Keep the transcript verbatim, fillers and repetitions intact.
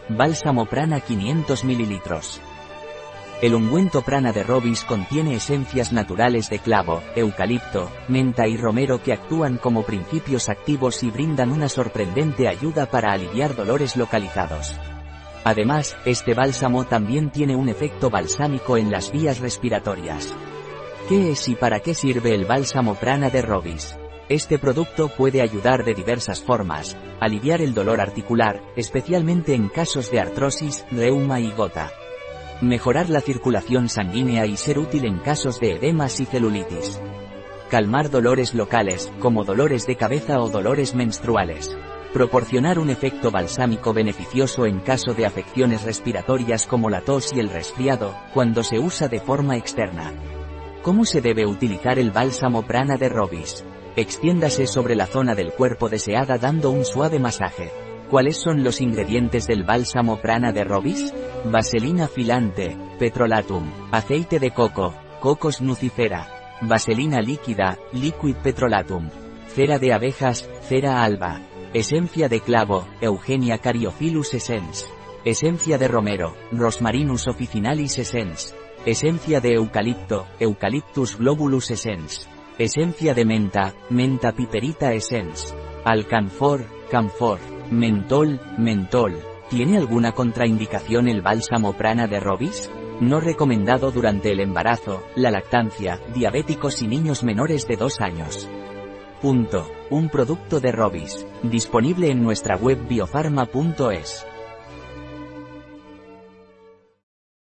Bálsamo Prana quinientos mililitros. El ungüento Prana de Robis contiene esencias naturales de clavo, eucalipto, menta y romero que actúan como principios activos y brindan una sorprendente ayuda para aliviar dolores localizados. Además, este bálsamo también tiene un efecto balsámico en las vías respiratorias. ¿Qué es y para qué sirve el bálsamo Prana de Robis? Este producto puede ayudar de diversas formas, aliviar el dolor articular, especialmente en casos de artrosis, reuma y gota. Mejorar la circulación sanguínea y ser útil en casos de edemas y celulitis. Calmar dolores locales, como dolores de cabeza o dolores menstruales. Proporcionar un efecto balsámico beneficioso en caso de afecciones respiratorias como la tos y el resfriado, cuando se usa de forma externa. ¿Cómo se debe utilizar el bálsamo Prana de Robis? Extiéndase sobre la zona del cuerpo deseada dando un suave masaje. ¿Cuáles son los ingredientes del bálsamo Prana de Robis? Vaselina filante, petrolatum, aceite de coco, cocos nucifera, vaselina líquida, liquid petrolatum, cera de abejas, cera alba, esencia de clavo, Eugenia caryophyllus essence, esencia de romero, Rosmarinus officinalis essence, esencia de eucalipto, Eucalyptus globulus essence, esencia de menta, Menta piperita essence, alcanfor, camfor, mentol, mentol. ¿Tiene alguna contraindicación el bálsamo Prana de Robis? No recomendado durante el embarazo, la lactancia, diabéticos y niños menores de dos años. Punto. Un producto de Robis, disponible en nuestra web biofarma punto es.